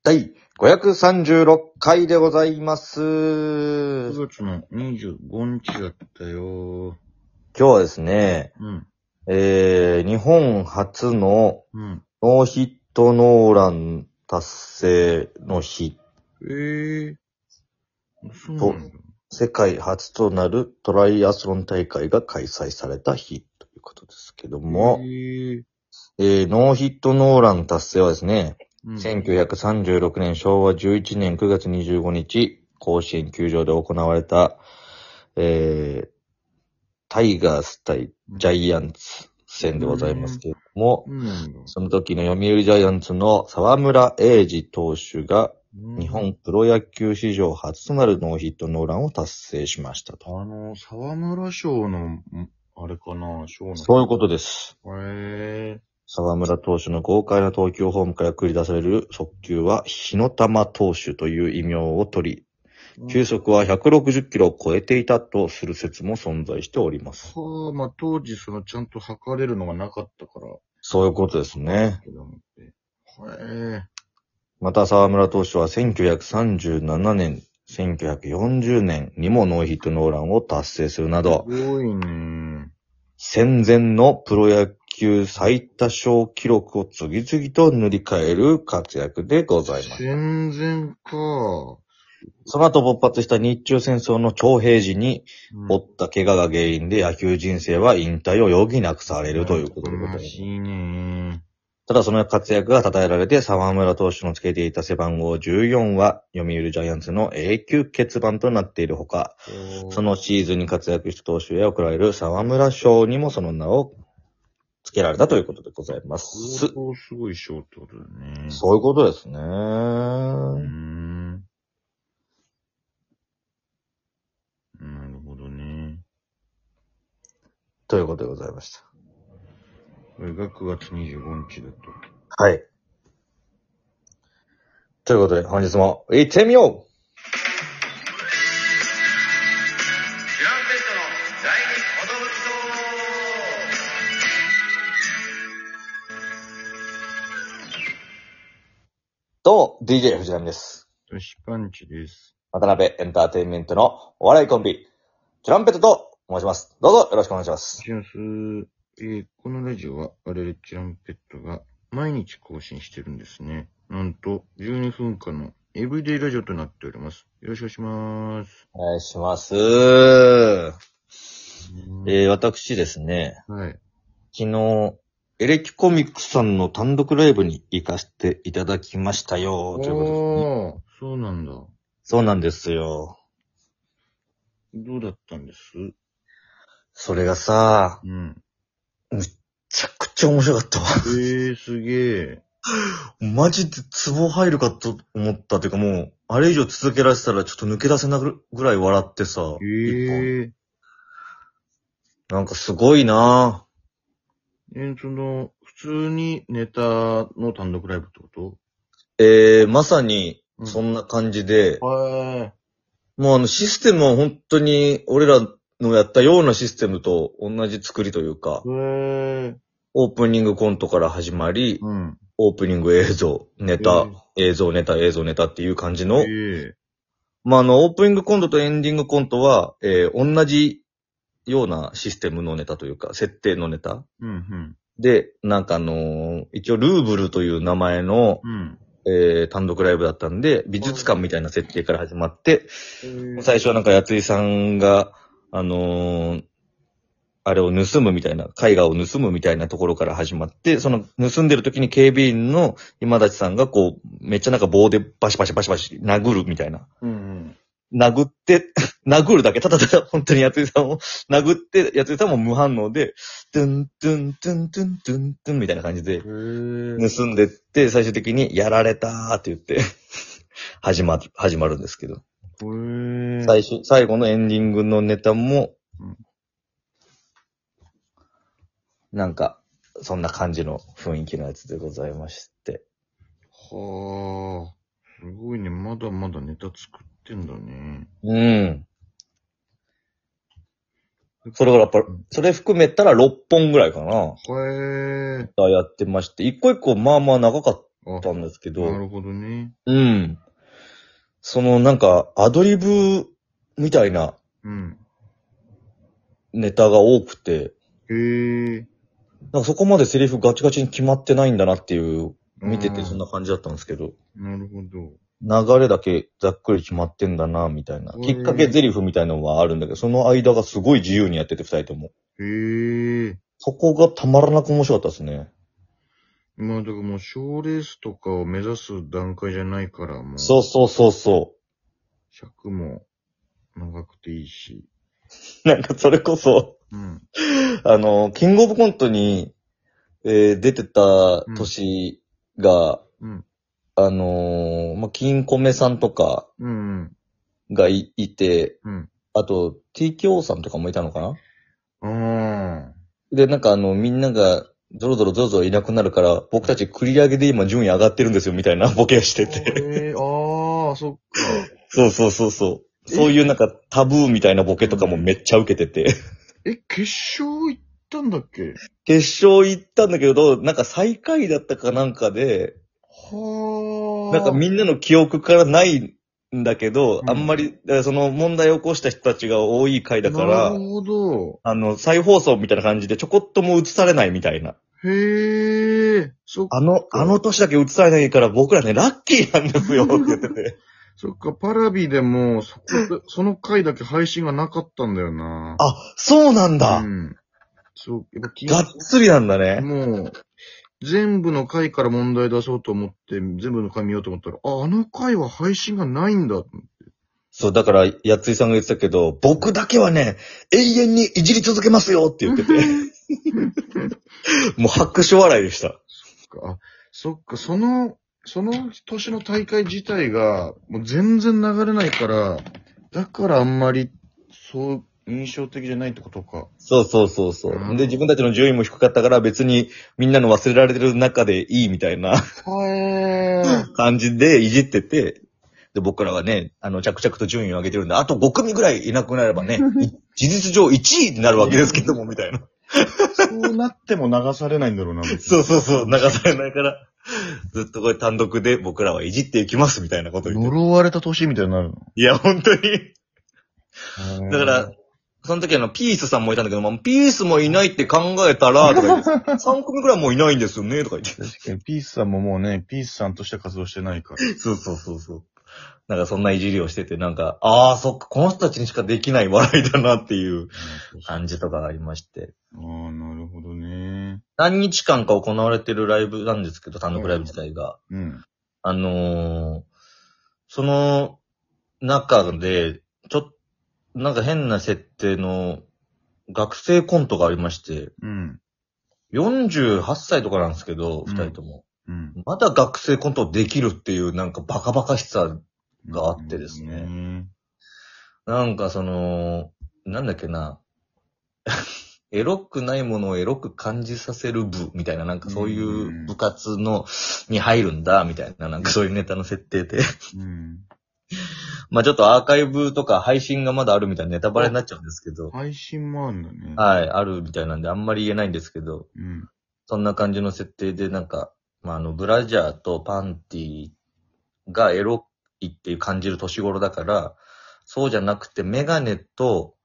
第536回でございます。 9月の25日だったよ。 今日はですね、 うん。 日本初のうん。 ノーヒットノーラン達成の日そうなと、 んだ。 世界初となるトライアスロン大会が開催された日ということですけども、ノーヒットノーラン達成はですね、 うん。 1936年昭和11年9月25日、甲子園球場で行われた、タイガース対ジャイアンツ戦でございますけれども、その時の読売ジャイアンツの沢村栄治投手が日本プロ野球史上初となるノーヒットノーランを達成しましたと。 沢村賞の、あれかな、賞の。 そういうことです。 へ沢村投手の豪快な投球フォームから繰り出される速球は火の玉投手という異名を取り、球速は160キロを超えていたとする説も存在しております。 はあ、まあ当時ちゃんと測れるのがなかったから。 そういうことですね。また沢村投手は1937年、1940年にもノーヒットノーランを達成するなど、 すごいね。 戦前のプロ野球最多勝記録を次々と塗り替える活躍でございます。 戦前か。 その後勃発した日中戦争の徴兵時に負った怪我が原因で野球人生は引退を余儀なくされるということでございます。 悲しいね。 ただその活躍が称えられて沢村投手のつけていた背番号14は読売ジャイアンツの永久欠番となっているほか、そのシーズンに活躍した投手へ贈られる沢村賞にもその名を付けられたということでございます。 すごい賞ってことだね。 そういうことですね。 なるほどね。 ということでございました。 これが9月25日だと。 はい。ということで、本日も行ってみよう。グランペットの第二踊どうも、DJ 藤波です。 トシパンチです。 渡辺エンターテインメントのお笑いコンビ、トランペットと申します。どうぞよろしくお願いします。 このラジオは我々チランペットが毎日更新してるんですね。なんと12分間のエブリデイラジオとなっております。よろしくお願いします。 お願いします。私ですね、 はい。 昨日、エレキコミックさんの単独ライブに行かせていただきましたよ、ということですね。 そうなんだ。 そうなんですよ。 どうだったんです？ それがさ、むっちゃくちゃ面白かったわ。 すげえ。 マジでツボ入るかと思ったっていうかもう、あれ以上続けられてたらちょっと抜け出せなぐらい笑ってさ、なんかすごいな普通にネタの単独ライブってこと？ まさにそんな感じで、もうシステムは本当に俺らのやったようなシステムと同じ作りというか、オープニングコントから始まり、オープニング映像、ネタ、映像ネタっていう感じの、オープニングコントとエンディングコントは、同じようなシステムのネタというか、設定のネタ。で、なんか一応ルーブルという名前の、単独ライブだったんで、美術館みたいな設定から始まって、最初はなんかやついさんが、あれを盗むみたいな、絵画を盗むみたいなところから始まって、その盗んでる時に警備員の今立さんがこう、めっちゃなんか棒でバシバシ殴るみたいな。殴って、殴るだけ、ただ本当にやついさんを殴って、やついさんも無反応で、トゥントゥントゥントゥントゥントゥンみたいな感じで、盗んでって、最終的にやられたーって言って始まるんですけど。最後のエンディングのネタも、なんか、そんな感じの雰囲気のやつでございまして。 はあ、すごいね。まだまだネタ作ってんだね。 それからやっぱ、それ含めたら6本ぐらいかな。 ややってまして、一個一個まあまあ長かったんですけど。 なるほどね。 うん。なんか、アドリブみたいなネタが多くて。なんかそこまでセリフガチガチに決まってないんだなっていう、見ててそんな感じだったんですけど。 なるほど。 流れだけざっくり決まってんだな、みたいな。きっかけゼリフみたいなのはあるんだけど、その間がすごい自由にやってて、二人とも。そこがたまらなく面白かったですね。 まあ、だからもう、賞レースとかを目指す段階じゃないから、もう。 そうそうそうそう。 尺も長くていいし。 なんかそれこそ、キングオブコントに、出てた年が、金米さんとか、がいて、あと、TKO さんとかもいたのかなで、なんかみんなが、ゾロゾロいなくなるから、僕たち繰り上げで今順位上がってるんですよ、みたいなボケをしてて。 そっか。 そう。そういうなんかタブーみたいなボケとかもめっちゃ受けてて。 決勝行ったんだっけ？ 決勝行ったんだけど、なんか最下位だったかなんかで、なんかみんなの記憶からないんだけど、あんまり、その問題を起こした人たちが多い回だから、 なるほど。 再放送みたいな感じでちょこっとも映されないみたいな。 そっか。 あの年だけ映されないから僕らね、ラッキーなんですよって言ってて。 そっか、パラビでも、その回だけ配信がなかったんだよな。 あ、そうなんだ。 そう、やっぱがっつりなんだね。 もう、全部の回から問題出そうと思って、全部の回見ようと思ったら、あの回は配信がないんだ。 そう、だから、やついさんが言ってたけど、僕だけはね、永遠にいじり続けますよって言ってて。もう拍手笑いでした。 そっか、その年の大会自体が、もう全然流れないから、だからあんまり、そう、印象的じゃないってことか。 そう。で、自分たちの順位も低かったから別にみんなの忘れられてる中でいいみたいな感じでいじってて、で、僕らはね、着々と順位を上げてるんで、あと5組ぐらいいなくなればね、事実上1位になるわけですけども、みたいな。 そうなっても流されないんだろうな。 そう、流されないから、ずっとこれ単独で僕らはいじっていきますみたいなこと言って。 呪われた年みたいになるの？ いや、本当に。だから、その時ピースさんもいたんだけど、ピースもいないって考えたら、とか言って、3組ぐらいもういないんですよね、とか言って。 確かに、ピースさんももうね、ピースさんとして活動してないから。 そう。なんかそんないじりをしてて、なんか、そっか、この人たちにしかできない笑いだなっていう感じとかがありまして。 なるほどね。 何日間か行われてるライブなんですけど、単独ライブ自体が。その中で、なんか変な設定の学生コントがありまして、48歳とかなんですけど、二人とも。まだ学生コントできるっていうなんかバカバカしさがあってですね。なんかなんだっけな、エロくないものをエロく感じさせる部みたいな、なんかそういう部活に入るんだ、みたいな、なんかそういうネタの設定で。まあちょっとアーカイブとか配信がまだあるみたいなネタバレになっちゃうんですけど。 配信もあるんだね。 はい、あるみたいなんであんまり言えないんですけど。そんな感じの設定でなんか、ブラジャーとパンティがエロいっていう感じる年頃だから、そうじゃなくてメガネと、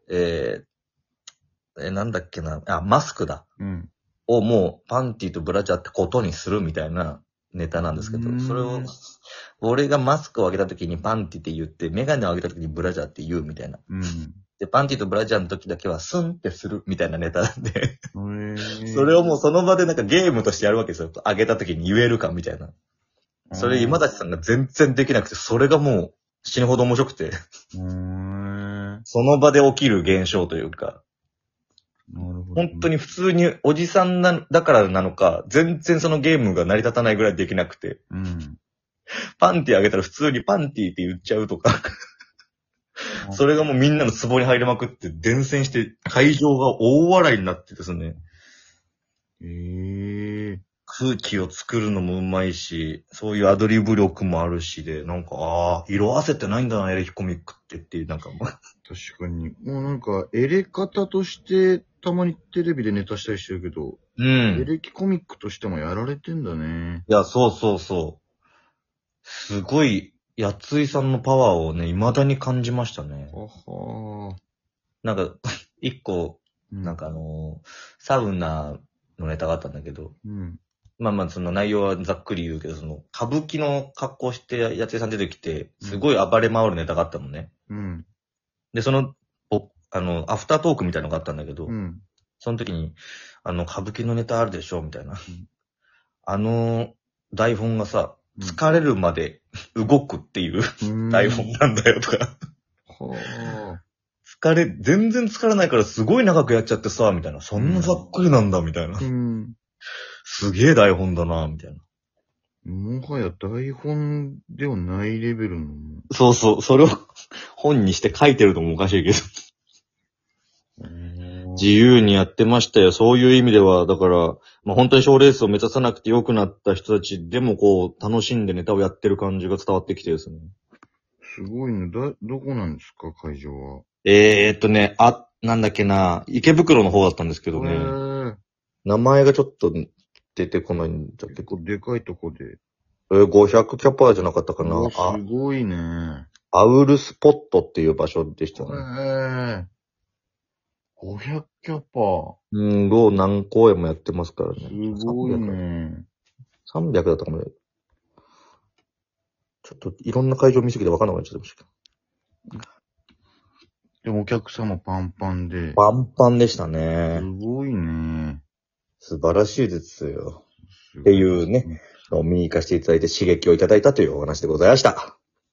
なんだっけな、マスクだ。をもうパンティとブラジャーってことにするみたいなネタなんですけど、それを、俺がマスクを上げた時にパンティって言って、メガネを上げた時にブラジャーって言うみたいな。で、パンティとブラジャーの時だけはスンってするみたいなネタなんでそれをもうその場でなんかゲームとしてやるわけですよ。上げた時に言えるかみたいな。それ今立さんが全然できなくて、それがもう死ぬほど面白くてその場で起きる現象というか。本当に普通におじさんだからなのか、全然そのゲームが成り立たないぐらいできなくて。パンティあげたら普通にパンティって言っちゃうとか。それがもうみんなのツボに入りまくって伝染して会場が大笑いになってですね。 空気を作るのもうまいし、そういうアドリブ力もあるしで、なんか、色あせてないんだな、エレキコミックっていう、なんかもう。 確かに。もうなんか、エレ方として、たまにテレビでネタしたりしてるけど、エレキコミックとしてもやられてんだね。 いや、そうそうそう。すごい、やついさんのパワーをね、未だに感じましたね。なんか、一個、なんかサウナのネタがあったんだけど、まあまあその内容はざっくり言うけど、その、歌舞伎の格好してやついさん出てきて、すごい暴れ回るネタがあったのね。で、その、アフタートークみたいなのがあったんだけど、その時に、歌舞伎のネタあるでしょみたいな。台本がさ、疲れるまで動くっていう台本なんだよとか。全然疲れないからすごい長くやっちゃってさ、みたいな。そんなざっくりなんだ、みたいな。すげえ台本だな、みたいな。 もはや台本ではないレベルの。 そうそう、それを本にして書いてるのもおかしいけど。自由にやってましたよ。そういう意味では、だから、まあ本当に賞レースを目指さなくて良くなった人たちでもこう、楽しんでネタをやってる感じが伝わってきてですね。 すごいね。どこなんですか、会場は。 なんだっけな、池袋の方だったんですけどね。名前がちょっと出てこないんだけど。 結構でかいとこで。 500キャパーじゃなかったかな。 すごいね。 アウルスポットっていう場所でしたね。 500キャパー。何公演もやってますからね。 すごいね。 300だったかもね。ちょっといろんな会場見すぎて分かんなくなっちゃってましたけど。 でもお客様パンパンで。 パンパンでしたね。 すごいね。 素晴らしいですよ。っていうね、見に行かせていただいて刺激をいただいたというお話でございました。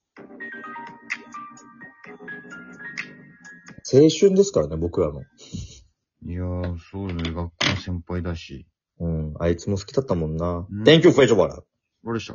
青春ですからね、僕らの。 いやー、そうね、学校の先輩だし。 あいつも好きだったもんな。Thank you for your work. 俺でした。